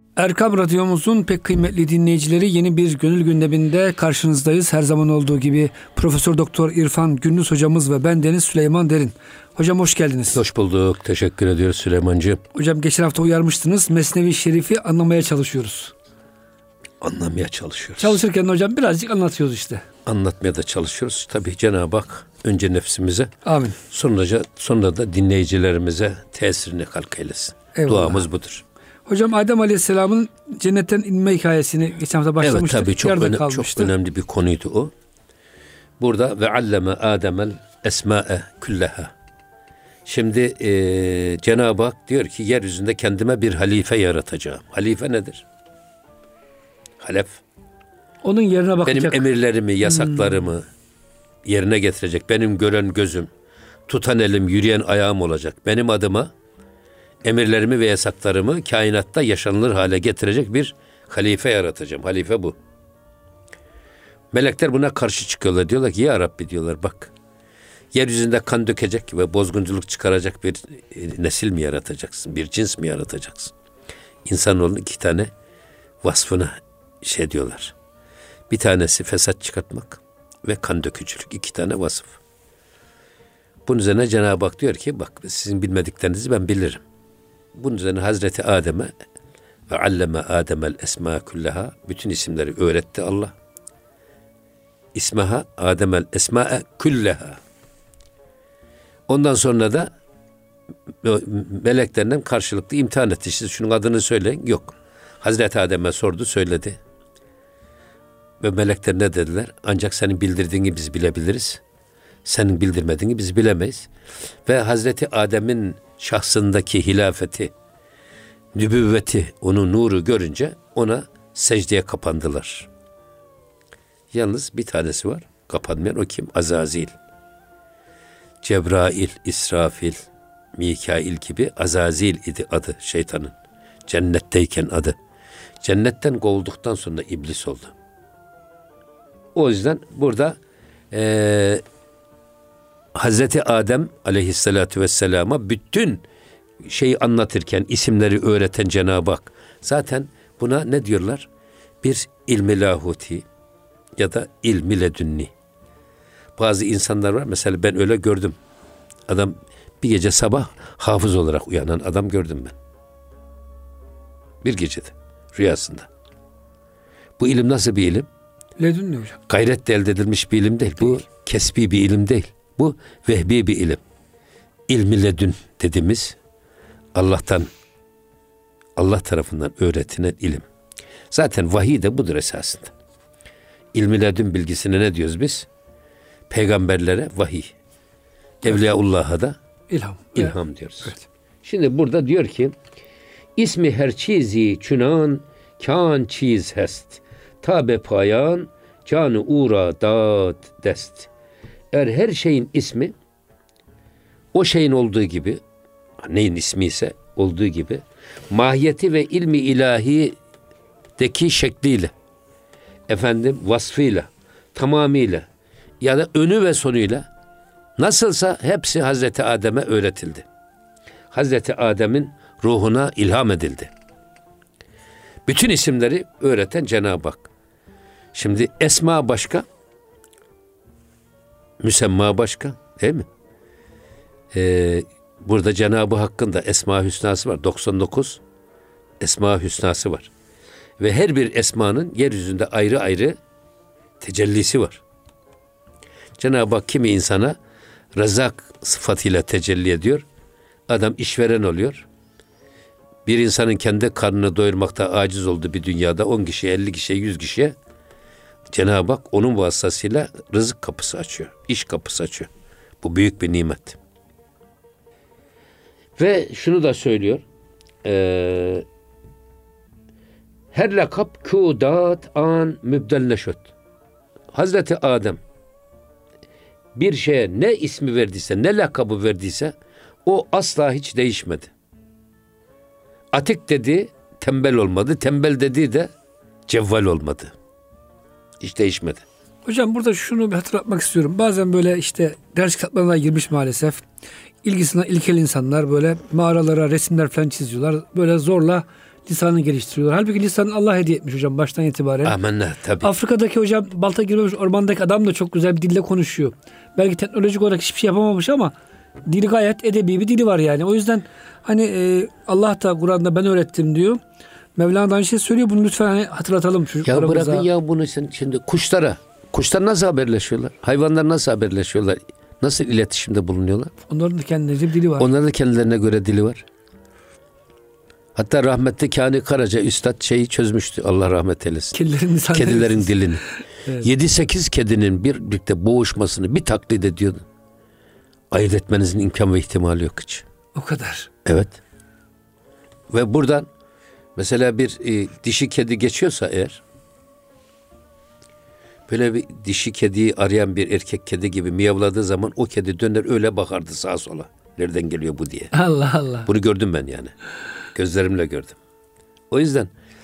Erkam Radyomuzun pek kıymetli dinleyicileri, yeni bir gönül gündeminde karşınızdayız. Her zaman olduğu gibi Profesör Doktor İrfan Gündüz hocamız ve ben Deniz Süleyman Derin. Hocam hoş geldiniz. Hoş bulduk. Teşekkür ediyoruz Süleymancığım. Hocam geçen hafta uyarmıştınız. Mesnevi Şerif'i anlamaya çalışıyoruz. Anlamaya çalışıyoruz. Çalışırken hocam birazcık anlatıyoruz işte. Anlatmaya da çalışıyoruz. Tabii Cenab-ı Hak önce nefsimize, amin, sonra da dinleyicilerimize tesirini halk eylesin. Eyvallah. Duamız budur. Hocam Adem Aleyhisselam'ın cennetten inme hikayesini geçen hafta başlamıştık. Evet, tabii çok önemli bir konuydu o. Burada ve alleme Adem'el esma'e külleha. Şimdi Cenab-ı Hak diyor ki yeryüzünde kendime bir halife yaratacağım. Halife nedir? Halef. Onun yerine bakacak. Benim emirlerimi, yasaklarımı yerine getirecek. Benim gören gözüm, tutan elim, yürüyen ayağım olacak. Benim adıma emirlerimi ve yasaklarımı kainatta yaşanılır hale getirecek bir halife yaratacağım. Halife bu. Melekler buna karşı çıkıyorlar. Diyorlar ki ya Rabbi diyorlar, bak yeryüzünde kan dökecek ve bozgunculuk çıkaracak bir nesil mi yaratacaksın? Bir cins mi yaratacaksın? İnsanoğlunun iki tane vasfına diyorlar. Bir tanesi fesat çıkartmak ve kan dökücülük. İki tane vasıf. Bunun üzerine Cenab-ı Hak diyor ki bak sizin bilmediklerinizi ben bilirim. Bunun üzerine Hazreti Adem'e ve alleme Adem'el esma külleha, bütün isimleri öğretti Allah. İsmeha Adem'el esma'e külleha. Ondan sonra da meleklerinden karşılıklı imtihan etti. Siz şunun adını söyleyin. Yok. Hazreti Adem'e sordu, söyledi. Ve melekler ne dediler? Ancak senin bildirdiğini biz bilebiliriz. Senin bildirmediğini biz bilemeyiz. Ve Hazreti Adem'in şahsındaki hilafeti, nübüvveti, onun nuru görünce ona secdeye kapandılar. Yalnız bir tanesi var, kapanmayan. O kim? Azazil. Cebrail, İsrafil, Mikail gibi Azazil idi adı şeytanın. Cennetteyken adı. Cennetten kovulduktan sonra iblis oldu. O yüzden burada Hazreti Adem aleyhissalatu vesselama bütün şeyi anlatırken, isimleri öğreten Cenab-ı Hak. Zaten buna ne diyorlar? Bir ilmi lahuti ya da ilmi ledünni. Bazı insanlar var, mesela ben öyle gördüm. Adam bir gece sabah hafız olarak uyanan adam gördüm ben. Bir gecede, rüyasında. Bu ilim nasıl bir ilim? Ledünni hocam. Gayretle elde edilmiş bir ilim değil. Bu kesbi bir ilim değil. Bu vehbi bir ilim. İlmi ledün dediğimiz Allah tarafından öğretilen ilim. Zaten vahiy de budur esasında. İlmi ledün bilgisine ne diyoruz biz? Peygamberlere vahiy. Evliyaullah'a da ilham diyoruz. Evet. Şimdi burada diyor ki İsmi her çizi çünan kan çiz hest. Tabe payan canı uğra dad dest. Her şeyin ismi o şeyin olduğu gibi, neyin ismi ise olduğu gibi, mahiyeti ve ilmi ilahideki şekliyle, vasfıyla, tamamıyla ya da önü ve sonuyla nasılsa hepsi Hazreti Adem'e öğretildi. Hazreti Adem'in ruhuna ilham edildi. Bütün isimleri öğreten Cenab-ı Hak. Şimdi esma başka, müsemma başka, değil mi? Burada Cenab-ı Hakk'ın da Esma-ı Hüsnası var. 99 Esma-ı Hüsnası var. Ve her bir esmanın yeryüzünde ayrı ayrı tecellisi var. Cenab-ı Hak kimi insana Rezzak sıfatıyla tecelli ediyor. Adam işveren oluyor. Bir insanın kendi karnını doyurmakta aciz olduğu bir dünyada 10 kişiye, 50 kişiye, 100 kişiye Cenab-ı Hak onun vasıtasıyla rızık kapısı açıyor. İş kapısı açıyor. Bu büyük bir nimet. Ve şunu da söylüyor. Her lakap kudat an mübdelleşöt. Hazreti Adem bir şeye ne ismi verdiyse, ne lakabı verdiyse o asla hiç değişmedi. Atik dedi, tembel olmadı. Tembel dediği de cevval olmadı. Hiç değişmedi. Hocam burada şunu bir hatırlatmak istiyorum. Bazen böyle işte ders kitaplarına girmiş maalesef. İlgisinden ilkel insanlar böyle mağaralara resimler falan çiziyorlar. Böyle zorla lisanını geliştiriyorlar. Halbuki lisanı Allah hediye etmiş hocam baştan itibaren. Amenna tabii. Afrika'daki hocam balta girmemiş ormandaki adam da çok güzel bir dille konuşuyor. Belki teknolojik olarak hiçbir şey yapamamış ama dili gayet edebi bir dili var yani. O yüzden hani Allah da Kur'an'da ben öğrettim diyor. Mevlana da aynı şey söylüyor. Bunu lütfen hani hatırlatalım çocuklarımıza. Ya bırakın ya bunu şimdi kuşlara. Kuşlar nasıl haberleşiyorlar? Hayvanlar nasıl haberleşiyorlar? Nasıl iletişimde bulunuyorlar? Onların da kendilerine bir dili var. Onların da kendilerine göre dili var. Hatta rahmetli Kani Karaca Üstad şeyi çözmüştü. Allah rahmet eylesin. Kedilerin dilini. Evet. 7-8 kedinin birlikte boğuşmasını bir taklit ediyordu. Ayırt etmenizin imkan ve ihtimali yok hiç. O kadar. Evet. Ve buradan mesela bir dişi kedi geçiyorsa eğer, böyle bir dişi kediyi arayan bir erkek kedi gibi miyavladığı zaman o kedi döner öyle bakardı sağa sola. Nereden geliyor bu diye. Allah Allah. Bunu gördüm ben yani. Gözlerimle gördüm. O yüzden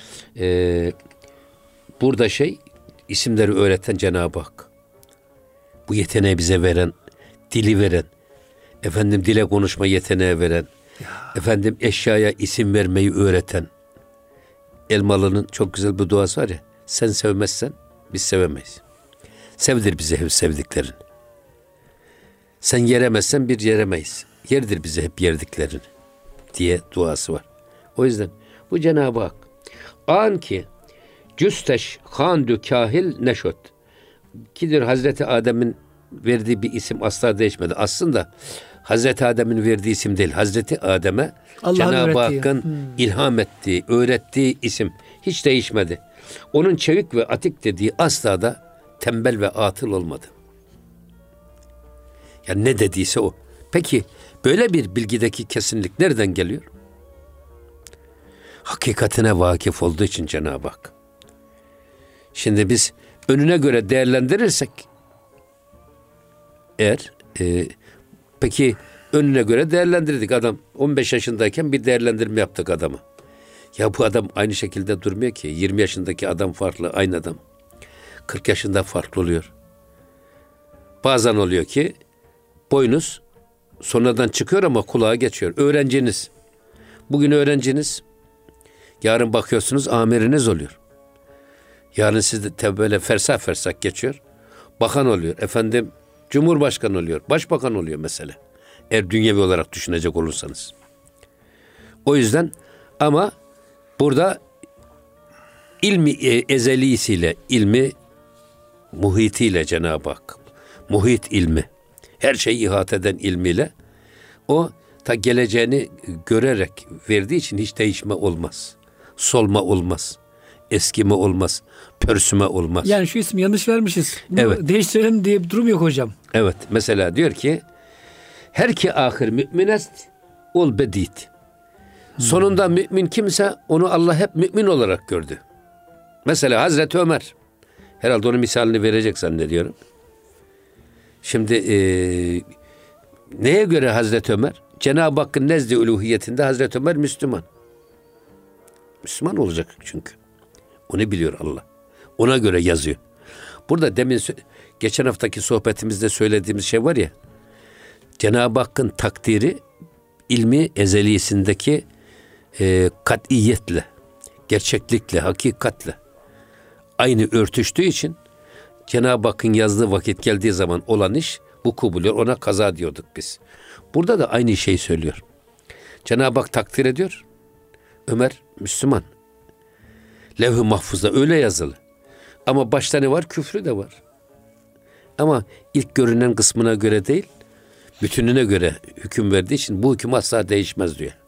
burada isimleri öğreten Cenab-ı Hak. Bu yeteneği bize veren, dili veren, dile konuşma yeteneği veren, eşyaya isim vermeyi öğreten. Elmalı'nın çok güzel bir duası var ya, sen sevmezsen biz sevemeyiz. Sevdir bize hep sevdiklerini. Sen yeremezsen bir yeremeyiz. Yerdir bize hep yerdiklerini diye duası var. O yüzden bu Cenab-ı Hak an ki cüsteş handü kahil neşot kidir Hazreti Adem'in verdiği bir isim asla değişmedi. Aslında Hazreti Adem'in verdiği isim değil. Hazreti Adem'e Cenab-ı Hakk'ın ilham ettiği, öğrettiği isim hiç değişmedi. Onun çevik ve atik dediği asla da tembel ve atıl olmadı. Yani ne dediyse o. Peki böyle bir bilgideki kesinlik nereden geliyor? Hakikatine vakıf olduğu için Cenab-ı Hak. Şimdi biz önüne göre değerlendirirsek eğer peki önüne göre değerlendirdik. Adam 15 yaşındayken bir değerlendirme yaptık adamı. Ya bu adam aynı şekilde durmuyor ki. 20 yaşındaki adam farklı, aynı adam. 40 yaşında farklı oluyor. Bazen oluyor ki boynuz sonradan çıkıyor ama kulağa geçiyor. Öğrenciniz. Bugün öğrenciniz. Yarın bakıyorsunuz amiriniz oluyor. Yarın sizde böyle fersah fersah geçiyor. Bakan oluyor. Cumhurbaşkanı oluyor. Başbakan oluyor mesela. Eğer dünyevi olarak düşünecek olursanız. O yüzden ama burada ilmi ezelisiyle, ilmi muhitiyle Cenab-ı Hak. Muhit ilmi. Her şeyi ihate eden ilmiyle o ta geleceğini görerek verdiği için hiç değişme olmaz. Solma olmaz. Eskime olmaz. Pörsüme olmaz. Yani şu ismi yanlış vermişiz. Bunu değiştirelim diye bir durum yok hocam. Evet. Mesela diyor ki her ki ahir müminest ol bedit. Sonunda mümin kimse onu Allah hep mümin olarak gördü. Mesela Hazreti Ömer. Herhalde onun misalini verecek zannediyorum. Şimdi neye göre Hazreti Ömer? Cenab-ı Hakk'ın nezd-i uluhiyetinde Hazreti Ömer Müslüman. Müslüman olacak çünkü. Onu biliyor Allah. Ona göre yazıyor. Burada geçen haftaki sohbetimizde söylediğimiz şey var ya. Cenab-ı Hakk'ın takdiri ilmi ezeliyesindeki katiyetle, gerçeklikle, hakikatle aynı örtüştüğü için Cenab-ı Hakk'ın yazdığı vakit geldiği zaman olan iş vuku buluyor. Ona kaza diyorduk biz. Burada da aynı şeyi söylüyor. Cenab-ı Hak takdir ediyor. Ömer Müslüman. Levh-i Mahfuz'da öyle yazılı. Ama başta ne var? Küfrü de var. Ama ilk görünen kısmına göre değil, bütününe göre hüküm verdiği için bu hüküm asla değişmez diyor.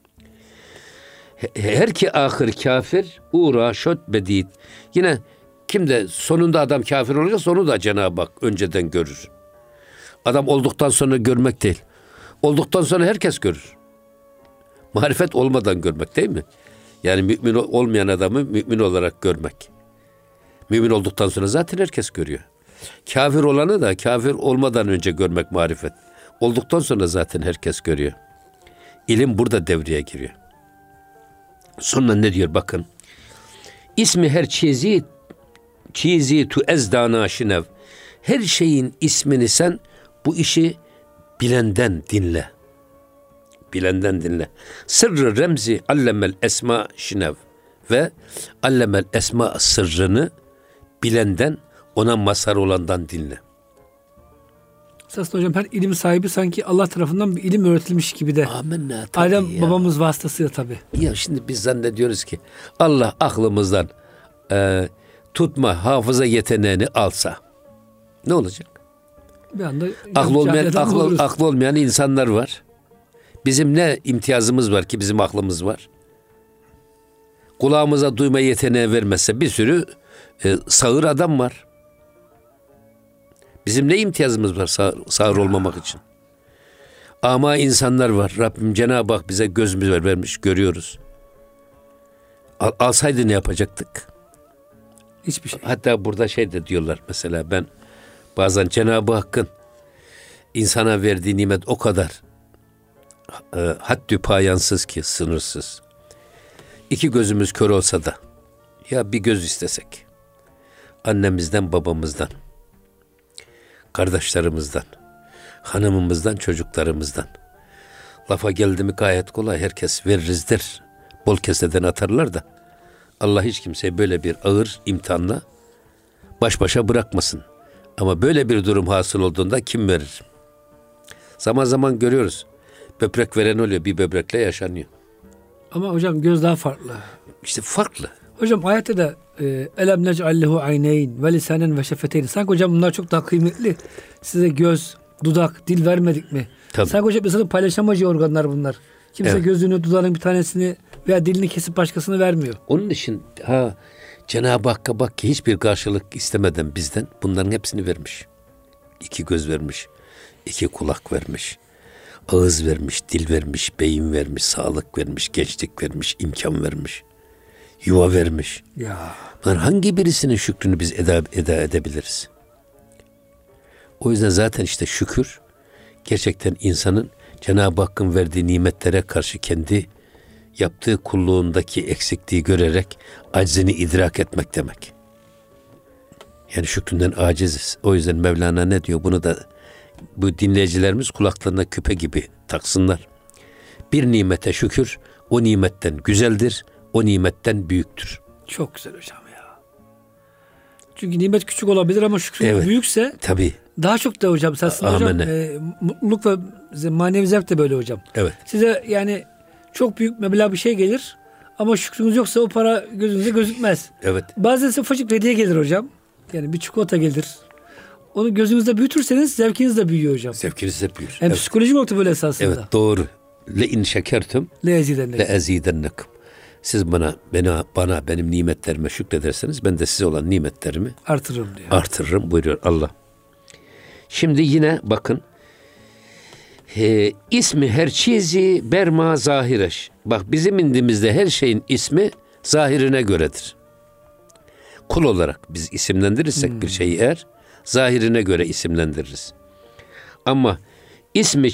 Her ki ahir kafir uğra şöt bedid. Yine kimde sonunda adam kafir olacak, onu da Cenab-ı Hak önceden görür. Adam olduktan sonra görmek değil. Olduktan sonra herkes görür. Marifet olmadan görmek değil mi? Yani mümin olmayan adamı mümin olarak görmek. Mümin olduktan sonra zaten herkes görüyor. Kafir olanı da kafir olmadan önce görmek marifet. Olduktan sonra zaten herkes görüyor. İlim burada devreye giriyor. Sonra ne diyor bakın. İsmi her çizi tu ezdana şinev. Her şeyin ismini sen bu işi bilenden dinle. bilenden dinle. Sırrı remzi allemel esma şinev ve allemel esma sırrını bilenden, ona mazhar olandan dinle. Esasında hocam her ilim sahibi sanki Allah tarafından bir ilim öğretilmiş gibi de. Amenna tabii Adem ya. babamız vasıtasıyla tabii. Ya şimdi biz zannediyoruz ki Allah aklımızdan tutma, hafıza yeteneğini alsa ne olacak? Bir anda Aklı olmayan insanlar var. Bizim ne imtiyazımız var ki bizim aklımız var? Kulağımıza duyma yeteneği vermezse bir sürü sağır adam var. Bizim ne imtiyazımız var sağır olmamak için? Ama insanlar var. Rabbim Cenab-ı Hak bize gözümüz vermiş, görüyoruz. Alsaydı ne yapacaktık? Hiçbir şey. Hatta burada şey de diyorlar mesela, ben bazen Cenab-ı Hakk'ın insana verdiği nimet o kadar haddü payansız ki, sınırsız. 2 gözümüz kör olsa da ya bir göz istesek, annemizden, babamızdan, kardeşlerimizden, hanımımızdan, çocuklarımızdan. Lafa geldi mi gayet kolay, herkes verizdir. Bol keseden atarlar da Allah hiç kimseyi böyle bir ağır imtihanla baş başa bırakmasın. Ama böyle bir durum hasıl olduğunda kim verir? Zaman zaman görüyoruz. Böbrek veren oluyor, bir böbrekle yaşanıyor. Ama hocam göz daha farklı. İşte farklı. Hocam ayette de elem nec'allehu ayneyn ve lisanen ve şefeteyn. Sanki hocam bunlar çok daha kıymetli. Size göz, dudak, dil vermedik mi? Tabii. Sanki hocam insanın paylaşamayacağı organlar bunlar. Kimse Evet. gözünü, dudağının bir tanesini veya dilini kesip başkasını vermiyor. Onun için Cenab-ı Hakk'a bak ki hiçbir karşılık istemeden bizden bunların hepsini vermiş. 2 göz vermiş, 2 kulak vermiş, ağız vermiş, dil vermiş, beyin vermiş, sağlık vermiş, gençlik vermiş, imkan vermiş, yuva vermiş. Ya. Bunlar hangi birisinin şükrünü biz eda edebiliriz? O yüzden zaten işte şükür gerçekten insanın Cenab-ı Hakk'ın verdiği nimetlere karşı kendi yaptığı kulluğundaki eksikliği görerek aczini idrak etmek demek. Yani şükründen aciziz. O yüzden Mevlana ne diyor? Bunu da bu dinleyicilerimiz kulaklarına küpe gibi taksınlar. Bir nimete şükür o nimetten güzeldir, o nimetten büyüktür. Çok güzel hocam ya. Çünkü nimet küçük olabilir ama şükrü büyükse Tabii. daha çok da hocam. Aslında hocam mutluluk ve manevi zevk de böyle hocam. Evet. Size yani çok büyük meblağ bir şey gelir ama şükrünüz yoksa o para gözünüze gözükmez. Evet. Bazen size ufacık bir hediye gelir hocam. Yani bir çikolata gelir. Onu gözünüzde büyütürseniz zevkiniz de büyüyor hocam. Zevkiniz de büyür. Hem psikolojik olarak da böyle esasında. Evet, doğru. Le in şekertum le ezidennekum. Siz bana benim nimetlerime şükrederseniz ben de size olan nimetlerimi artırırım diyor. Artırırım buyuruyor Allah. Şimdi yine bakın. İsmi her çizi berma zahireş. Bak bizim indimizde her şeyin ismi zahirine göredir. Kul olarak biz isimlendirirsek bir şeyi eğer zahirine göre isimlendiririz. Ama ismi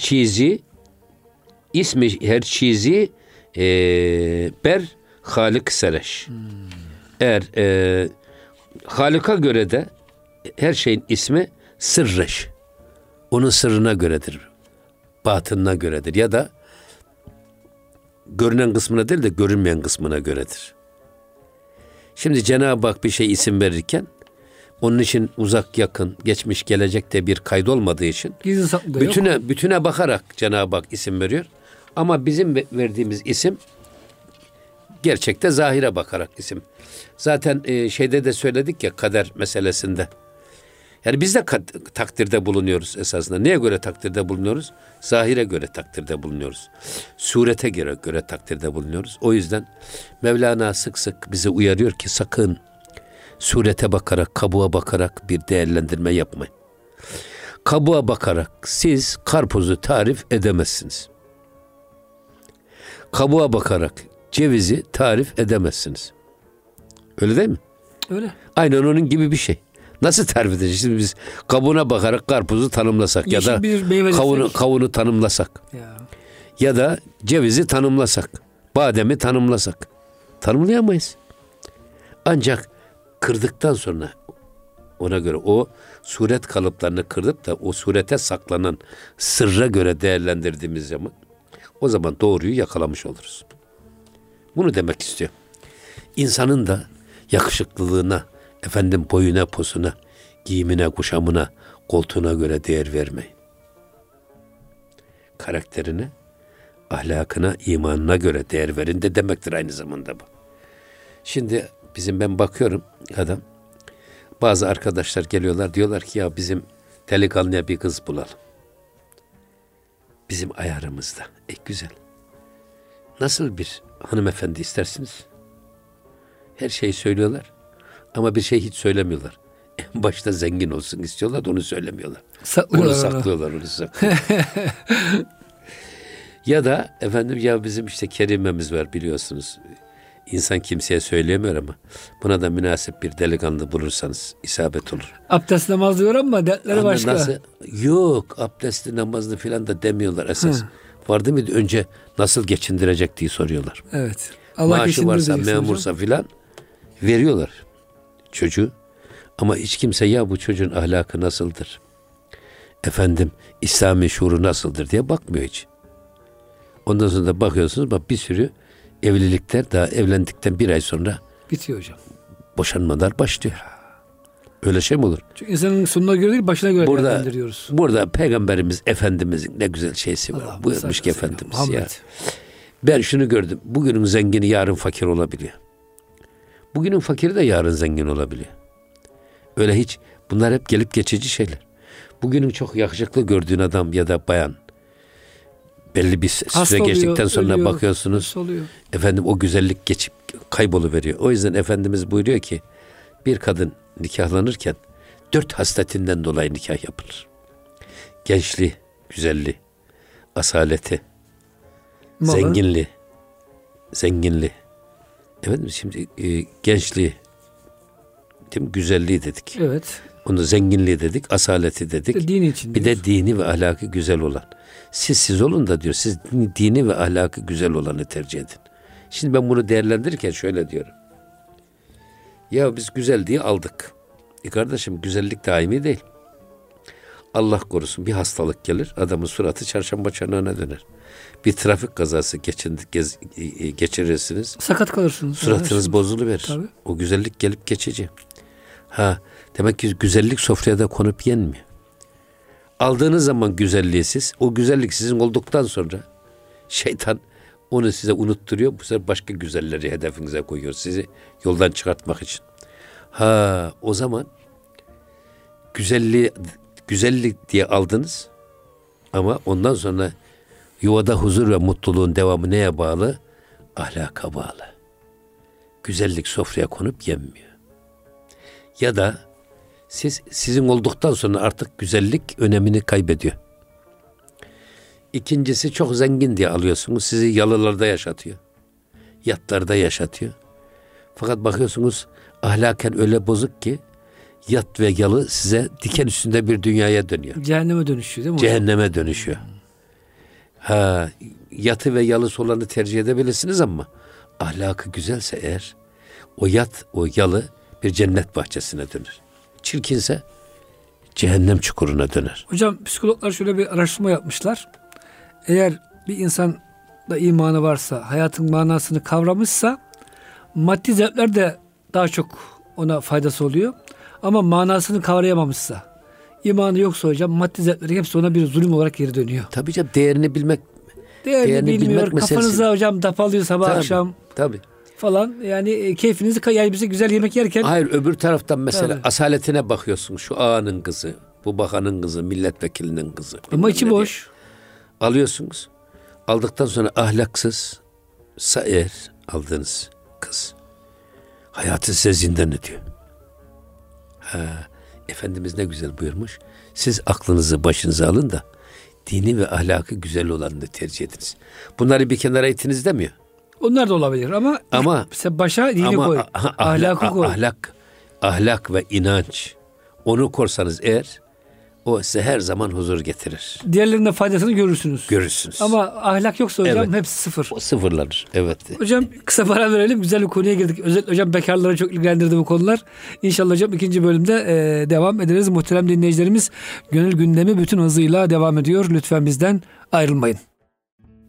her çizi ber halik sereş. Eğer Halik'a göre de her şeyin ismi sırreş. Onun sırrına göredir. Batınına göredir. Ya da görünen kısmına değil de görünmeyen kısmına göredir. Şimdi Cenab-ı Hak bir şey isim verirken onun için uzak yakın, geçmiş gelecekte bir kayıt olmadığı için gizli saklı da yok. Bütüne bakarak Cenab-ı Hak isim veriyor. Ama bizim verdiğimiz isim gerçekte zahire bakarak isim. Zaten şeyde de söyledik ya, kader meselesinde. Yani biz de takdirde bulunuyoruz esasında. Neye göre takdirde bulunuyoruz? Zahire göre takdirde bulunuyoruz. Surete göre takdirde bulunuyoruz. O yüzden Mevlana sık sık bizi uyarıyor ki sakın surete bakarak, kabuğa bakarak bir değerlendirme yapmayın. Kabuğa bakarak siz karpuzu tarif edemezsiniz. Kabuğa bakarak cevizi tarif edemezsiniz. Öyle değil mi? Öyle. Aynen onun gibi bir şey. Nasıl tarif edeceğiz? Şimdi biz kabuğuna bakarak karpuzu tanımlasak Yeşil ya da kavunu tanımlasak ya da cevizi tanımlasak, bademi tanımlasak tanımlayamayız. Ancak kırdıktan sonra ona göre o suret kalıplarını kırdıp da o surete saklanan sırra göre değerlendirdiğimiz zaman O zaman doğruyu yakalamış oluruz. Bunu demek istiyor. İnsanın da yakışıklılığına, boyuna, posuna, giyimine, kuşamına, koltuğuna göre değer vermeyin. Karakterine, ahlakına, imanına göre değer verin de demektir aynı zamanda bu. Şimdi ben bakıyorum adam, bazı arkadaşlar geliyorlar, diyorlar ki ya bizim delikanlıya bir kız bulalım. Bizim ayarımızda. Güzel. Nasıl bir hanımefendi istersiniz? Her şeyi söylüyorlar ama bir şey hiç söylemiyorlar. En başta zengin olsun istiyorlar da onu söylemiyorlar. Onu saklıyorlar. Ya da ya bizim işte kerimemiz var biliyorsunuz. İnsan kimseye söyleyemiyor ama buna da münasip bir delikanlı bulursanız isabet olur. Abdest namaz diyor ama dertleri başka. Nasıl? Yok, abdestli namazlı filan da demiyorlar esas. Var değil mi? Önce nasıl geçindirecek diye soruyorlar. Evet. Allah maaşı varsa, memursa filan veriyorlar çocuğu. Ama hiç kimse ya bu çocuğun ahlakı nasıldır? İslami şuuru nasıldır diye bakmıyor hiç. Ondan sonra da bakıyorsunuz bak bir sürü evlilikler daha evlendikten bir ay sonra bitiyor hocam. Boşanmalar başlıyor. Öyle şey mi olur? Çünkü insanın sonuna göre değil başına göre değerlendiriyoruz. Burada Peygamberimiz Efendimizin ne güzel şeysi var. Allah, buyurmuş ki Efendimiz Muhammed. Ya. Ben şunu gördüm. Bugünün zengini yarın fakir olabiliyor. Bugünün fakiri de yarın zengin olabiliyor. Öyle hiç. Bunlar hep gelip geçici şeyler. Bugünün çok yakışıklı gördüğün adam ya da bayan belli bir süre geçtikten sonra ölüyor, bakıyorsunuz. O güzellik geçip kayboluveriyor. O yüzden Efendimiz buyuruyor ki bir kadın nikahlanırken 4 hasletinden dolayı nikah yapılır. Gençliği, güzelliği, asaleti, zenginliği. Şimdi gençliği, değil mi? Güzelliği dedik. Evet. Onu zenginliği dedik, asaleti dedik. Dini için bir de dini ve ahlakı güzel olan. Siz olun da diyor, siz dini ve ahlakı güzel olanı tercih edin. Şimdi ben bunu değerlendirirken şöyle diyorum. Ya biz güzel diye aldık. Kardeşim güzellik daimi değil. Allah korusun bir hastalık gelir, adamın suratı çarşamba çanağına döner. Bir trafik kazası geçirirsiniz. Sakat kalırsınız. Suratınız bozuluverir. Tabii. O güzellik gelip geçici. Demek ki güzellik sofraya da konup yenmiyor. Aldığınız zaman güzelliği siz, o güzellik sizin olduktan sonra şeytan onu size unutturuyor. Bu sefer başka güzelleri hedefinize koyuyor. Sizi yoldan çıkartmak için. O zaman güzellik diye aldınız ama ondan sonra yuvada huzur ve mutluluğun devamı neye bağlı? Ahlaka bağlı. Güzellik sofraya konup yenmiyor. Ya da sizin olduktan sonra artık güzellik önemini kaybediyor. İkincisi çok zengin diye alıyorsunuz. Sizi yalılarda yaşatıyor. Yatlarda yaşatıyor. Fakat bakıyorsunuz ahlaken öyle bozuk ki yat ve yalı size diken üstünde bir dünyaya dönüyor. Cehenneme dönüşüyor değil mi? Cehenneme dönüşüyor. Yatı ve yalısı olanı tercih edebilirsiniz ama ahlakı güzelse eğer o yalı bir cennet bahçesine döner. Çirkinse cehennem çukuruna döner. Hocam psikologlar şöyle bir araştırma yapmışlar. Eğer bir insan da imanı varsa, hayatın manasını kavramışsa maddi zevkler de daha çok ona faydası oluyor. Ama manasını kavrayamamışsa, imanı yoksa hocam maddi zevklerin hepsi ona bir zulüm olarak geri dönüyor. Tabii canım değerini bilmek bilmiyor. Kafanızda hocam dapalıyor sabah akşam. Tabii. Falan yani keyfinizi yani bize güzel yemek yerken. Hayır öbür taraftan mesela asaletine bakıyorsun. Şu ağanın kızı, bu bakanın kızı, milletvekilinin kızı. Ama içi boş. Alıyorsunuz. Aldıktan sonra ahlaksızsa eğer aldığınız kız hayatı size zindan ediyor. Efendimiz ne güzel buyurmuş. Siz aklınızı başınıza alın da dini ve ahlakı güzel olanını tercih ediniz. Bunları bir kenara itiniz demiyor. Onlar da olabilir ama başa dini koy. Ahlakı koy. Ahlak ve inanç. Onu korsanız eğer o size her zaman huzur getirir. Diğerlerinin faydasını görürsünüz. Ama ahlak yoksa hocam hepsi sıfır. O sıfırlanır. Evet. Hocam kısa para verelim. Güzel bir konuya girdik. Özellikle hocam bekarlara çok ilgilendirdi bu konular. İnşallah hocam ikinci bölümde devam ederiz. Muhterem dinleyicilerimiz, Gönül Gündemi bütün hızıyla devam ediyor. Lütfen bizden ayrılmayın.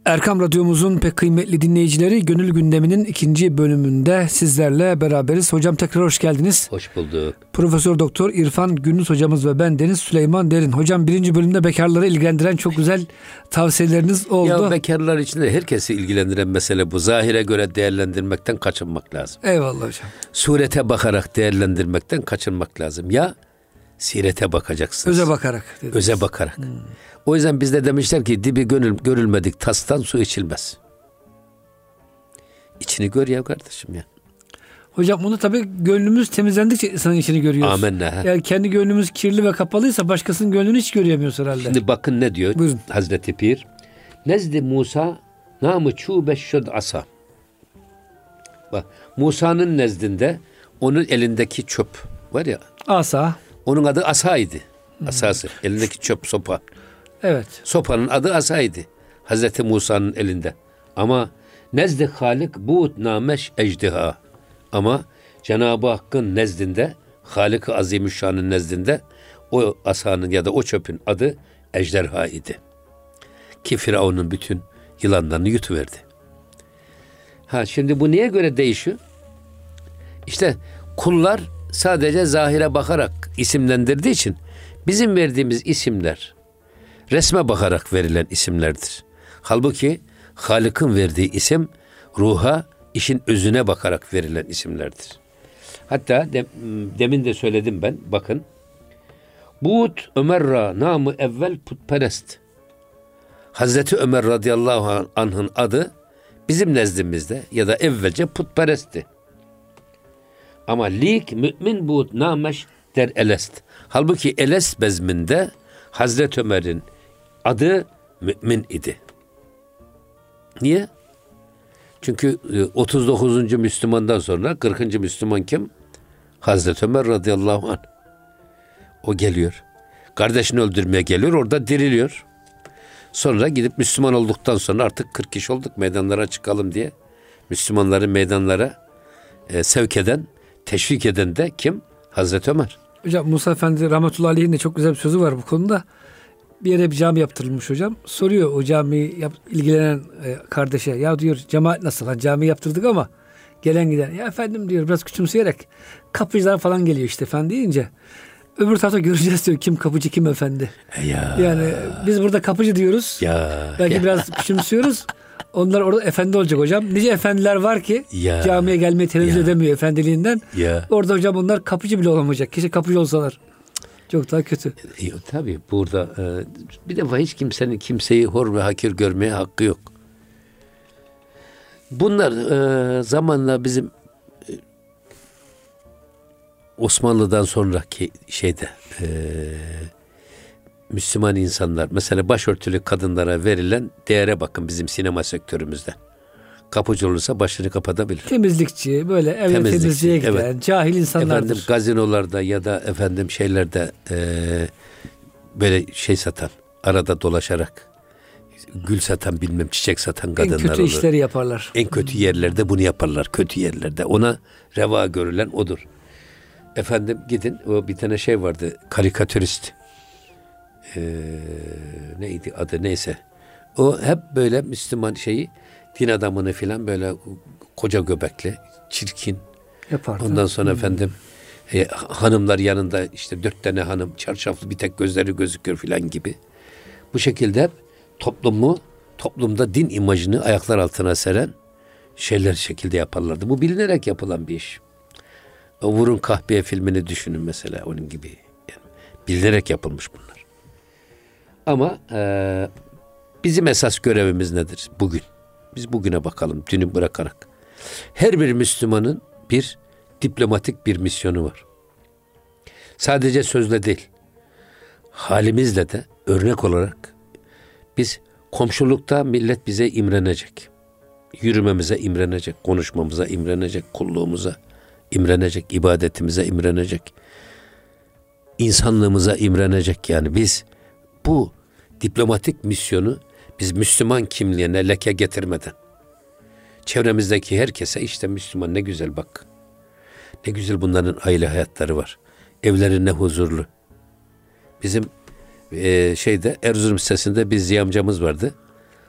Erkam Radyomuzun pek kıymetli dinleyicileri, Gönül Gündemi'nin 2. bölümünde sizlerle beraberiz. Hocam tekrar hoş geldiniz. Hoş bulduk. Profesör Doktor İrfan Gündüz hocamız ve ben Deniz Süleyman Derin. Hocam 1. bölümde bekarları ilgilendiren çok güzel tavsiyeleriniz oldu. Ya bekarlar için de herkesi ilgilendiren mesele bu. Zahire göre değerlendirmekten kaçınmak lazım. Eyvallah hocam. Surete bakarak değerlendirmekten kaçınmak lazım. Ya sirete bakacaksınız. Öze bakarak. Dediniz. Öze bakarak. O yüzden bizde demişler ki dibi görülmedik tastan su içilmez. İçini gör ya kardeşim ya. Hocam bunu tabii gönlümüz temizlendikçe insanın içini görüyoruz. Amenna. Yani kendi gönlümüz kirli ve kapalıysa başkasının gönlünü hiç göremiyoruz herhalde. Şimdi bakın ne diyor Buyurun. Hazreti Pir. Nezdi Musa namı çûbe şöd asa. Bak Musa'nın nezdinde onun elindeki çöp var ya. Asa. Onun adı asaydı. Asası. Elindeki çöp sopa. Evet. Sopanın adı asaydı. Hazreti Musa'nın elinde. Ama nezdi Halik buğut nameş ejdiha. Ama Cenab-ı Hakk'ın nezdinde, Halik-i Azimüşşan'ın nezdinde o asanın ya da o çöpün adı ejderha idi. Ki Firavun'un bütün yılanlarını yutuverdi. Şimdi bu niye göre değişiyor? İşte kullar sadece zahire bakarak isimlendirdiği için bizim verdiğimiz isimler resme bakarak verilen isimlerdir. Halbuki Halık'ın verdiği isim ruha, işin özüne bakarak verilen isimlerdir. Hatta demin de söyledim ben. Bakın. Buğut Ömerra namı evvel putperest. Hazreti Ömer radıyallahu anh'ın adı bizim nezdimizde ya da evvelce putperestti. Ama lik mümin buğut nameş der elest. Halbuki elest bezminde Hazreti Ömer'in adı mümin idi. Niye? Çünkü 39. Müslümandan sonra 40. Müslüman kim? Hazreti Ömer radıyallahu anh. O geliyor. Kardeşini öldürmeye geliyor. Orada diriliyor. Sonra gidip Müslüman olduktan sonra artık 40 kişi olduk meydanlara çıkalım diye. Müslümanları meydanlara sevk eden, teşvik eden de kim? Hazreti Ömer. Hocam Musa Efendi rahmetullahi aleyhin de çok güzel bir sözü var bu konuda. Bir yere bir cami yaptırılmış hocam. Soruyor o camiyi ilgilenen kardeşe. Ya diyor cemaat nasıl? Hani cami yaptırdık ama gelen giden. Ya efendim diyor biraz küçümseyerek. Kapıcılar falan geliyor işte efendi deyince. Öbür tarafta göreceğiz diyor kim kapıcı kim efendi. Yani biz burada kapıcı diyoruz. Belki biraz küçümsüyoruz. Onlar orada efendi olacak hocam. Nice efendiler var ki camiye gelmeyi tenezzül edemiyor efendiliğinden. Orada hocam onlar kapıcı bile olamayacak. Keşke kapıcı olsalar. Çok daha kötü. Tabii burada bir defa hiç kimsenin kimseyi hor ve hakir görmeye hakkı yok. Bunlar zamanla bizim Osmanlı'dan sonraki Müslüman insanlar mesela başörtülü kadınlara verilen değere bakın bizim sinema sektörümüzde. Kapıcı olursa başını kapatabilir. Temizlikçi, böyle evde temizliğe giden, cahil insanlardır. Efendim gazinolarda ya da efendim şeylerde böyle satan, arada dolaşarak gül satan bilmem çiçek satan kadınlar olur. En kötü işleri yaparlar. En kötü yerlerde bunu yaparlar. Kötü yerlerde. Ona reva görülen odur. Efendim gidin o bir tane vardı karikatürist. Neydi adı neyse. O hep böyle Müslüman din adamını filan böyle koca göbekli, çirkin. Yapardı. Ondan sonra efendim hanımlar yanında işte 4 tane hanım, çarşaflı bir tek gözleri gözüküyor filan gibi. Bu şekilde hep toplumda din imajını ayaklar altına seren şeyler şekilde yaparlardı. Bu bilinerek yapılan bir iş. O Vurun Kahpeye filmini düşünün mesela onun gibi. Yani bilinerek yapılmış bunlar. Ama bizim esas görevimiz nedir bugün? Biz bugüne bakalım, dünü bırakarak. Her bir Müslümanın bir diplomatik bir misyonu var. Sadece sözle değil, halimizle de örnek olarak biz komşulukta millet bize imrenecek. Yürümemize imrenecek, konuşmamıza imrenecek, kulluğumuza imrenecek, ibadetimize imrenecek. İnsanlığımıza imrenecek. Yani biz bu diplomatik misyonu biz Müslüman kimliğine leke getirmeden çevremizdeki herkese işte Müslüman ne güzel bak. Ne güzel bunların aile hayatları var. Evleri ne huzurlu. Bizim Erzurum sitesinde bir Ziya amcamız vardı.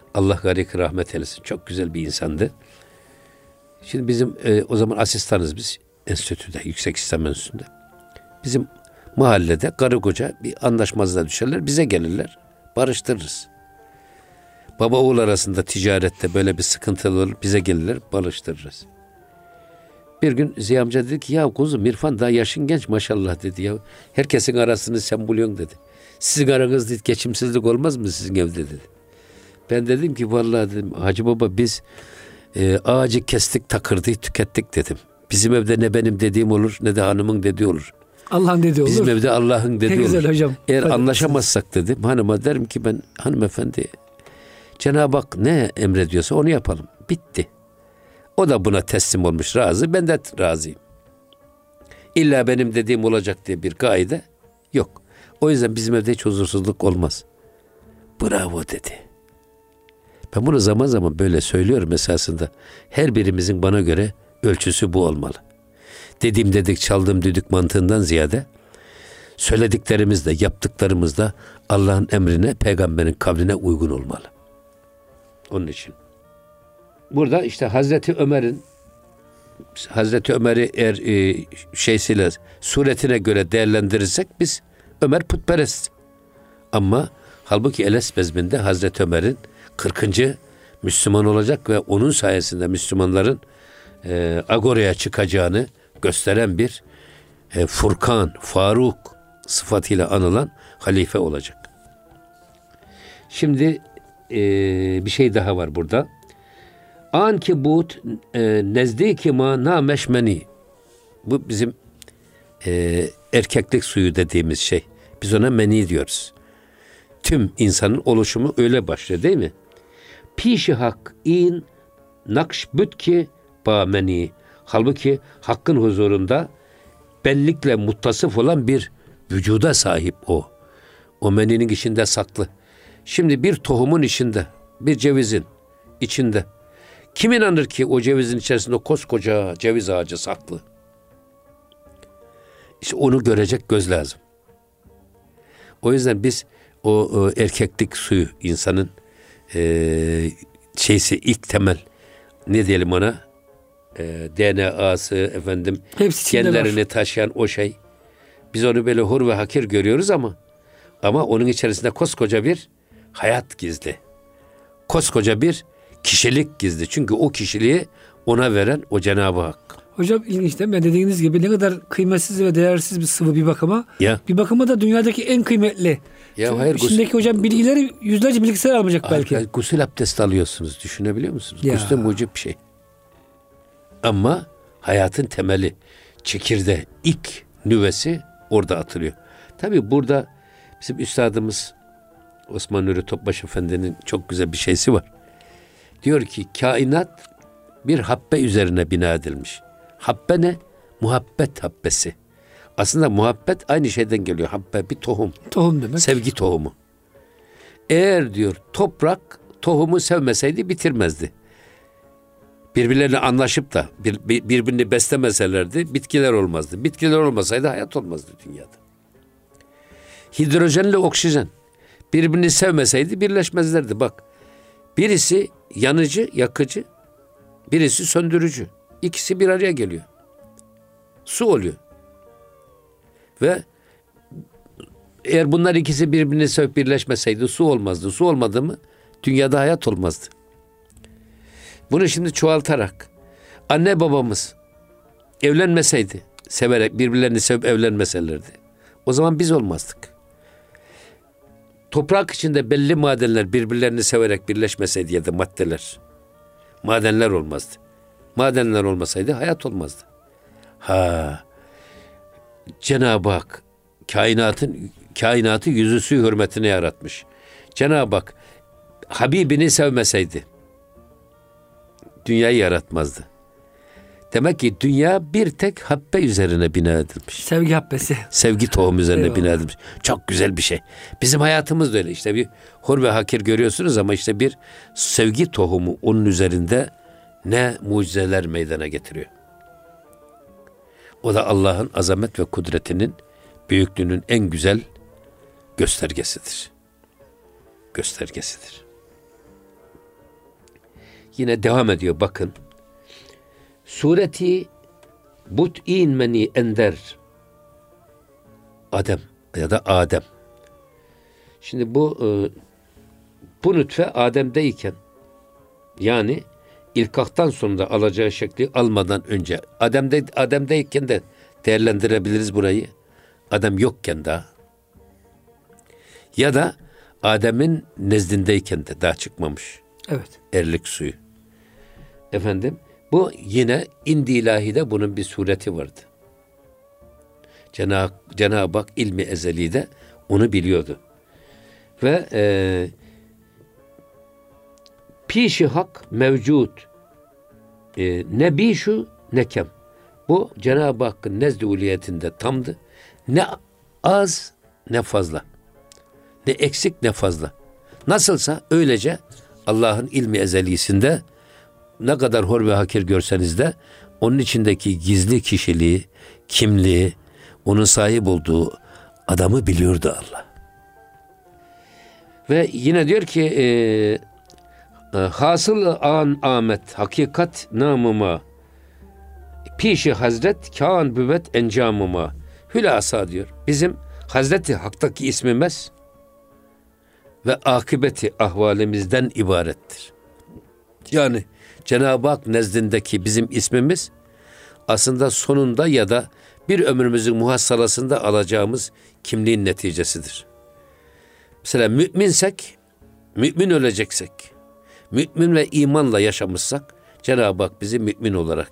Allah gari rahmet eylesin. Çok güzel bir insandı. Şimdi bizim o zaman asistanız biz enstitüde, Yüksek İslam Enstitüsü'nde. Bizim mahallede karı koca bir anlaşmazlığa düşerler. Bize gelirler. Barıştırırız. Baba oğul arasında ticarette böyle bir sıkıntılı olur. Bize gelirler. Barıştırırız. Bir gün Ziya amca dedi ki ya kuzum İrfan daha yaşın genç maşallah dedi ya. Herkesin arasını sen buluyorsun dedi. Sizin aranızda geçimsizlik olmaz mı sizin evde dedi. Ben dedim ki vallahi dedim Hacı Baba biz ağacı kestik takırdığı tükettik dedim. Bizim evde ne benim dediğim olur ne de hanımın dediği olur. Allah'ın dediği olur. Bizim evde Allah'ın dediği olur. Ne güzel hocam. Eğer hadi anlaşamazsak dedim hanıma derim ki ben hanımefendi Cenab-ı Hak ne emrediyorsa onu yapalım. Bitti. O da buna teslim olmuş razı. Ben de razıyım. İlla benim dediğim olacak diye bir kaide yok. O yüzden bizim evde hiç huzursuzluk olmaz. Bravo dedi. Ben bunu zaman zaman böyle söylüyorum esasında. Her birimizin bana göre ölçüsü bu olmalı. Dediğim dedik çaldım düdük mantığından ziyade söylediklerimiz de yaptıklarımız da Allah'ın emrine, peygamberin kavline uygun olmalı. Onun için. Burada işte Hazreti Ömer'i eğer şeysiyle suretine göre değerlendirirsek biz Ömer putperest. Ama halbuki Eles bezminde Hazreti Ömer'in 40. Müslüman olacak ve onun sayesinde Müslümanların agoraya çıkacağını gösteren bir Furkan, Faruk sıfatıyla anılan halife olacak. Şimdi bir şey daha var burada. Ankebut nezdiki ma nameşmeni. Bu bizim erkeklik suyu dediğimiz şey. Biz ona meni diyoruz. Tüm insanın oluşumu öyle başlıyor değil mi? Pişi hak in nakşbütki ba meni. Halbuki hakkın huzurunda benlikle muttasıf olan bir vücuda sahip o. O meninin içinde saklı. Şimdi bir tohumun içinde, bir cevizin içinde kim inanır ki o cevizin içerisinde koskoca ceviz ağacı saklı? İşte onu görecek göz lazım. O yüzden biz o erkeklik suyu insanın ilk temel ne diyelim ona DNA'sı efendim genlerini taşıyan o şey. Biz onu böyle hur ve hakir görüyoruz ama onun içerisinde koskoca bir hayat gizli. Koskoca bir kişilik gizli. Çünkü o kişiliği ona veren o Cenab-ı Hak. Hocam ilginç değil mi? Dediğiniz gibi ne kadar kıymetsiz ve değersiz bir sıvı bir bakıma. Ya. Bir bakıma da dünyadaki en kıymetli. Ya hayır, şimdiki hocam bilgileri yüzlerce bilgisayar almayacak belki. Gusül abdesti alıyorsunuz. Düşünebiliyor musunuz? Gusül mucib bir şey. Ama hayatın temeli, çekirdeği, ilk nüvesi orada atılıyor. Tabii burada bizim üstadımız Osman Nuri Topbaş Efendi'nin çok güzel bir şeysi var. Diyor ki kainat bir habbe üzerine bina edilmiş. Habbe ne? Muhabbet habbesi. Aslında muhabbet aynı şeyden geliyor. Habbe bir tohum. Tohum demek. Sevgi tohumu. Eğer diyor toprak tohumu sevmeseydi bitirmezdi. Birbirlerine anlaşıp da birbirini beslemeselerdi bitkiler olmazdı. Bitkiler olmasaydı hayat olmazdı dünyada. Hidrojenle oksijen birbirini sevmeseydi birleşmezlerdi. Bak birisi yanıcı, yakıcı, birisi söndürücü. İkisi bir araya geliyor. Su oluyor. Ve eğer bunlar ikisi birbirini sevip birleşmeseydi su olmazdı. Su olmadı mı dünyada hayat olmazdı. Bunu şimdi çoğaltarak anne babamız evlenmeseydi, severek birbirlerini sevip evlenmeselerdi, o zaman biz olmazdık. Toprak içinde belli madenler birbirlerini severek birleşmeseydi ya da madenler olmazdı. Madenler olmasaydı hayat olmazdı. Cenab-ı Hak kainatı yüzüsü hürmetine yaratmış. Cenab-ı Hak Habibini sevmeseydi dünyayı yaratmazdı. Demek ki dünya bir tek habbe üzerine bina edilmiş. Sevgi habbesi. Sevgi tohumu üzerine bina edilmiş. Çok güzel bir şey. Bizim hayatımız da öyle. İşte bir hor ve hakir görüyorsunuz ama işte bir sevgi tohumu onun üzerinde ne mucizeler meydana getiriyor. O da Allah'ın azamet ve kudretinin, büyüklüğünün en güzel göstergesidir. yine devam ediyor bakın. Sureti but'in meni ender Adem ya da Adem. Şimdi bu nutfe Adem'deyken, yani ilkaktan sonra alacağı şekli almadan önce, Adem'deyken de değerlendirebiliriz burayı. Adem yokken daha. Ya da Adem'in nezdindeyken de daha çıkmamış. Evet. Erlik suyu. Efendim, bu yine indi ilahide bunun bir sureti vardı. Cenab-ı Hak ilmi ezeli'de onu biliyordu. Ve pişi hak mevcut, ne bişu ne kem. Bu Cenab-ı Hakk'ın nezd-i uliyetinde tamdı. Ne az ne fazla. Ne eksik ne fazla. Nasılsa öylece Allah'ın ilmi ezelisinde ne kadar hor ve hakir görseniz de onun içindeki gizli kişiliği, kimliği, onun sahip olduğu adamı biliyordu Allah. Ve yine diyor ki hasıl an amet hakikat namıma pişi hazret kâan büvet encamıma. Hülasa diyor. Bizim Hazreti Hak'taki ismimiz ve akıbeti ahvalimizden ibarettir. Yani Cenab-ı Hak nezdindeki bizim ismimiz aslında sonunda ya da bir ömrümüzün muhassalasında alacağımız kimliğin neticesidir. Mesela müminsek, mümin öleceksek, mümin ve imanla yaşamışsak Cenab-ı Hak bizi mümin olarak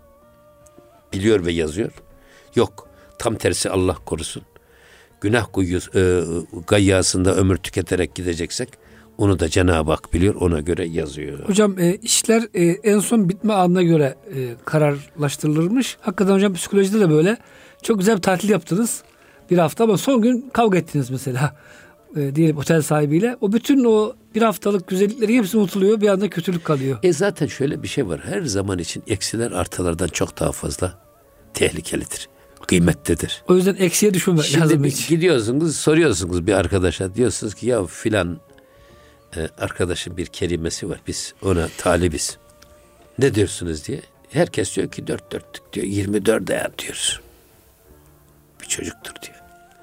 biliyor ve yazıyor. Yok, tam tersi Allah korusun. Günah gayyasında ömür tüketerek gideceksek onu da Cenab-ı Hak biliyor, ona göre yazıyor. Hocam işler en son bitme anına göre kararlaştırılırmış. Hakikaten hocam psikolojide de böyle. Çok güzel bir tatil yaptınız bir hafta ama son gün kavga ettiniz mesela. Diyelim otel sahibiyle. O bütün o bir haftalık güzelliklerin hepsi unutuluyor. Bir anda kötülük kalıyor. Zaten şöyle bir şey var. Her zaman için eksiler artılardan çok daha fazla tehlikelidir. Kıymetlidir. O yüzden eksiye düşünmek lazım. Şimdi gidiyorsunuz, soruyorsunuz bir arkadaşa. Diyorsunuz ki ya filan arkadaşın bir kelimesi var. Biz ona talibiz. Ne diyorsunuz diye. Herkes diyor ki 4 dörtlük diyor. 24 değer diyoruz. Bir çocuktur diyor.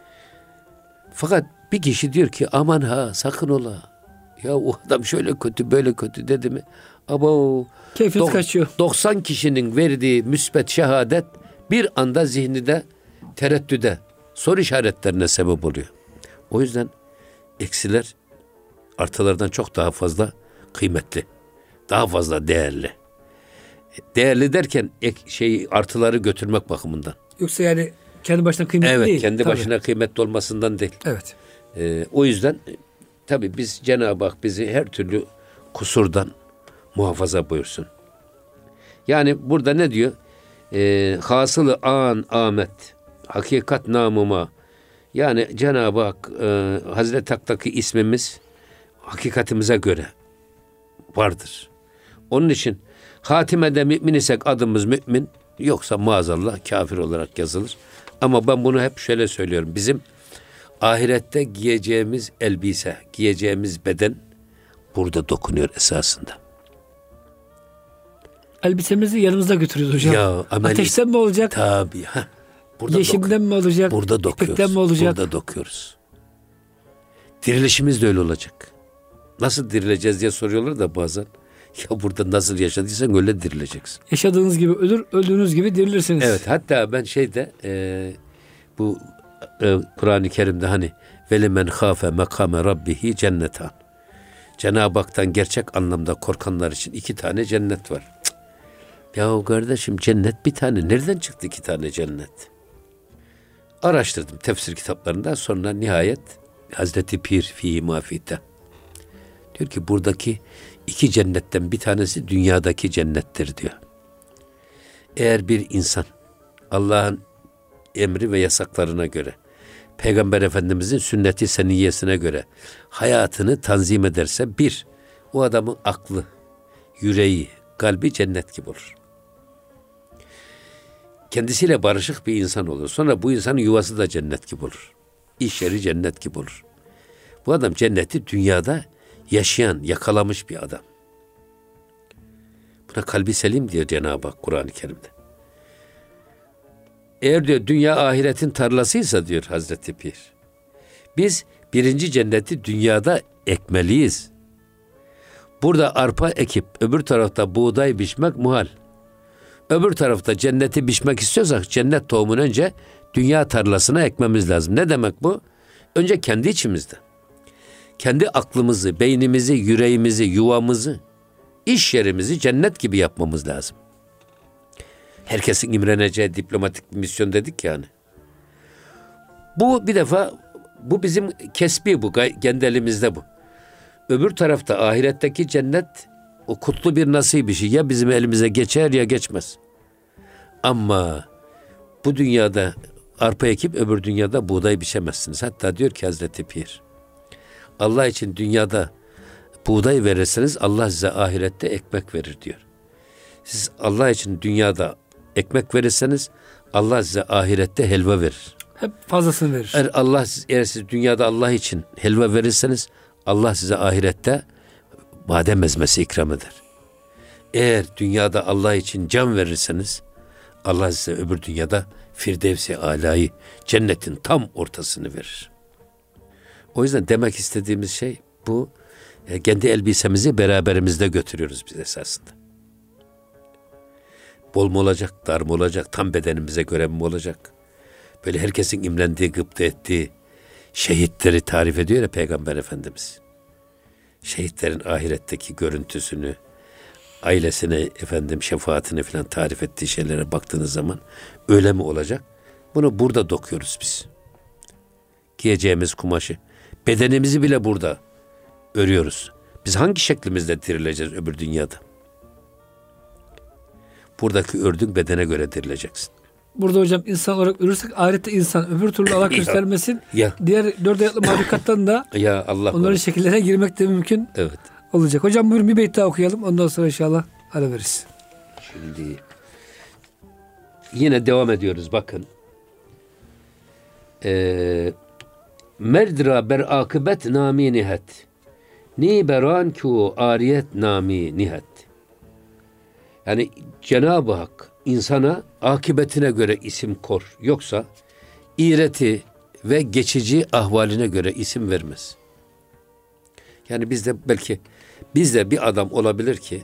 Fakat bir kişi diyor ki aman ha sakın ola. Ya o adam şöyle kötü böyle kötü dedi mi? Ama keyfiniz kaçıyor. 90 kişinin verdiği müsbet şehadet bir anda zihninde tereddüde, soru işaretlerine sebep oluyor. O yüzden eksiler artılardan çok daha fazla kıymetli. Daha fazla değerli. Değerli derken artıları götürmek bakımından. Yoksa yani kendi başına kıymetli değil. Evet, kendi başına kıymetli olmasından değil. Evet. O yüzden tabii biz Cenab-ı Hak bizi her türlü kusurdan muhafaza buyursun. Yani burada ne diyor? Hasılı an amet hakikat namıma, yani Cenab-ı Hak Hazreti Hak'taki ismimiz hakikatimize göre vardır. Onun için hatimede mümin isek adımız mümin, yoksa maazallah kafir olarak yazılır. Ama ben bunu hep şöyle söylüyorum. Bizim ahirette giyeceğimiz elbise, giyeceğimiz beden burada dokunuyor esasında. Elbisemizi yanımızda götürüyoruz hocam. Ya, ateşten mi olacak? Tabii. Yeşimden mi olacak? Burada dokuyoruz. İpekten mi olacak? Burada dokuyoruz. Dirilişimiz de öyle olacak. Nasıl dirileceğiz diye soruyorlar da bazen. Ya burada nasıl yaşadıysan öyle dirileceksin. Yaşadığınız gibi ölür, öldüğünüz gibi dirilirsiniz. Evet, hatta ben bu Kur'an-ı Kerim'de hani velimen khafe makame rabbihi cennetan. Cenab-ı Hak'tan gerçek anlamda korkanlar için 2 tane cennet var. Cık. Ya kardeşim, cennet bir tane. Nereden çıktı 2 tane cennet? Araştırdım tefsir kitaplarında, sonra nihayet Hazreti Pir fihi mafite diyor ki buradaki 2 cennetten bir tanesi dünyadaki cennettir diyor. Eğer bir insan Allah'ın emri ve yasaklarına göre, Peygamber Efendimizin sünnet-i seniyyesine göre hayatını tanzim ederse, o adamın aklı, yüreği, kalbi cennet gibi olur. Kendisiyle barışık bir insan olur. Sonra bu insanın yuvası da cennet gibi olur. İş yeri cennet gibi olur. Bu adam cenneti dünyada yaşayan, yakalamış bir adam. Buna kalbi selim diyor Cenab-ı Hak Kur'an-ı Kerim'de. Eğer diyor dünya ahiretin tarlasıysa diyor Hazreti Pir, biz birinci cenneti dünyada ekmeliyiz. Burada arpa ekip öbür tarafta buğday biçmek muhal. Öbür tarafta cenneti biçmek istiyorsak cennet tohumunu önce dünya tarlasına ekmemiz lazım. Ne demek bu? Önce kendi içimizde. Kendi aklımızı, beynimizi, yüreğimizi, yuvamızı, iş yerimizi cennet gibi yapmamız lazım. Herkesin imreneceği diplomatik bir misyon dedik yani. Bu bir defa, bu bizim kesbi, bu kendi elimizde bu. Öbür tarafta ahiretteki cennet o kutlu bir nasip bir şey. Ya bizim elimize geçer ya geçmez. Ama bu dünyada arpa ekip öbür dünyada buğday biçemezsiniz. Hatta diyor ki Hazreti Pir, Allah için dünyada buğday verirseniz Allah size ahirette ekmek verir diyor. Siz Allah için dünyada ekmek verirseniz Allah size ahirette helva verir. Hep fazlasını verir. Eğer siz dünyada Allah için helva verirseniz Allah size ahirette badem ezmesi ikram eder. Eğer dünyada Allah için can verirseniz Allah size öbür dünyada Firdevs-i Alâ'yı, cennetin tam ortasını verir. O yüzden demek istediğimiz şey bu. Kendi elbisemizi beraberimizde götürüyoruz biz esasında. Bol mu olacak, dar mı olacak, tam bedenimize göre mi olacak? Böyle herkesin imrendiği, gıpta ettiği şehitleri tarif ediyor ya Peygamber Efendimiz. Şehitlerin ahiretteki görüntüsünü, ailesine şefaatini falan tarif ettiği şeylere baktığınız zaman öyle mi olacak? Bunu burada dokuyoruz biz. Giyeceğimiz kumaşı, bedenimizi bile burada örüyoruz. Biz hangi şeklimizde dirileceğiz öbür dünyada? Buradaki ördüğün bedene göre dirileceksin. Burada hocam insan olarak ölürsek ahirette insan, öbür türlü Allah göstermesin. Diğer dört ayaklı mahlukattan da ya Allah onların şekillerine girmek de mümkün olacak. Hocam buyurun bir beyt daha okuyalım. Ondan sonra inşallah ara veririz. Şimdi yine devam ediyoruz bakın. Merdra ber akıbet nami nihet. Ni beran ku ariyet nami nihet. Yani Cenab-ı Hak insana akıbetine göre isim kor. Yoksa iğreti ve geçici ahvaline göre isim vermez. Yani bizde bir adam olabilir ki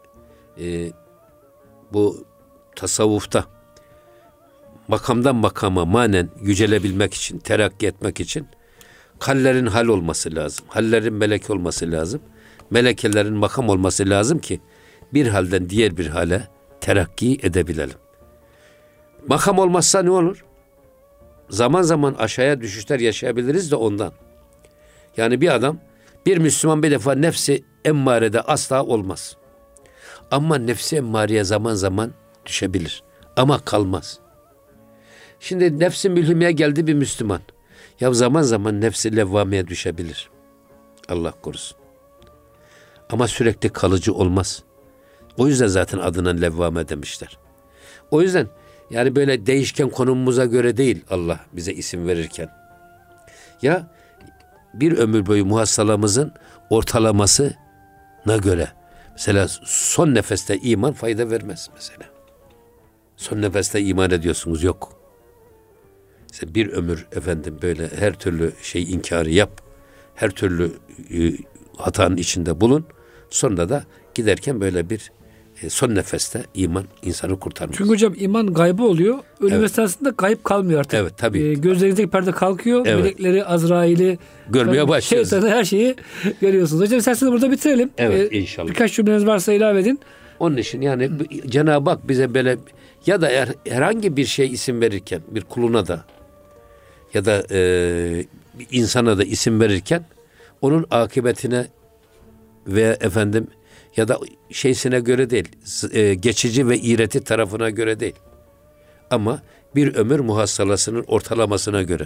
bu tasavvufta makamdan makama manen yücelebilmek için, terakki etmek için hallerin hal olması lazım. Hallerin melek olması lazım. Melekelerin makam olması lazım ki bir halden diğer bir hale terakki edebilelim. Makam olmazsa ne olur? Zaman zaman aşağıya düşüşler yaşayabiliriz de ondan. Yani bir Müslüman bir defa nefsi emmarede asla olmaz. Ama nefsi emmareye zaman zaman düşebilir. Ama kalmaz. Şimdi nefsi mülhimeye geldi bir Müslüman. Ya zaman zaman nefsi levvameye düşebilir. Allah korusun. Ama sürekli kalıcı olmaz. O yüzden zaten adına levvame demişler. O yüzden yani böyle değişken konumumuza göre değil Allah bize isim verirken. Ya bir ömür boyu muhassalamızın ortalamasına göre. Mesela son nefeste iman fayda vermez mesela. Son nefeste iman ediyorsunuz yok. Mesela bir ömür böyle her türlü inkarı yap. Her türlü hatanın içinde bulun. Sonra da giderken böyle bir son nefeste iman insanı kurtarmaz. Çünkü hocam iman gaybı oluyor. Ölüm esnasında gayb kalmıyor artık. Evet tabii. Gözlerinizdeki perde kalkıyor. Evet. Melekleri, Azrail'i görmeye başlıyorsunuz. Şeytanı, her şeyi görüyorsunuz. Hocam isterseniz burada bitirelim. Evet inşallah. Birkaç cümleniz varsa ilave edin. Onun için yani Cenab-ı Hak bize böyle ya da herhangi bir isim verirken bir kuluna da ya da bir insana da isim verirken onun akıbetine ve ya da şeysine göre değil, geçici ve iğreti tarafına göre değil. Ama bir ömür muhassalasının ortalamasına göre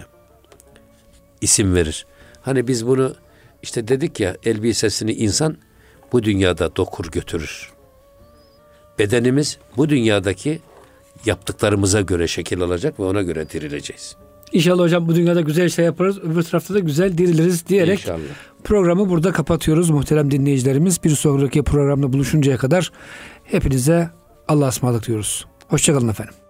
isim verir. Hani biz bunu dedik ya, elbisesini insan bu dünyada dokur götürür. Bedenimiz bu dünyadaki yaptıklarımıza göre şekil alacak ve ona göre dirileceğiz. İnşallah hocam bu dünyada güzel şey yaparız. Öbür tarafta da güzel diriliriz diyerek programı burada kapatıyoruz muhterem dinleyicilerimiz. Bir sonraki programda buluşuncaya kadar Hepinize Allah'a ısmarladık diyoruz. Hoşçakalın efendim.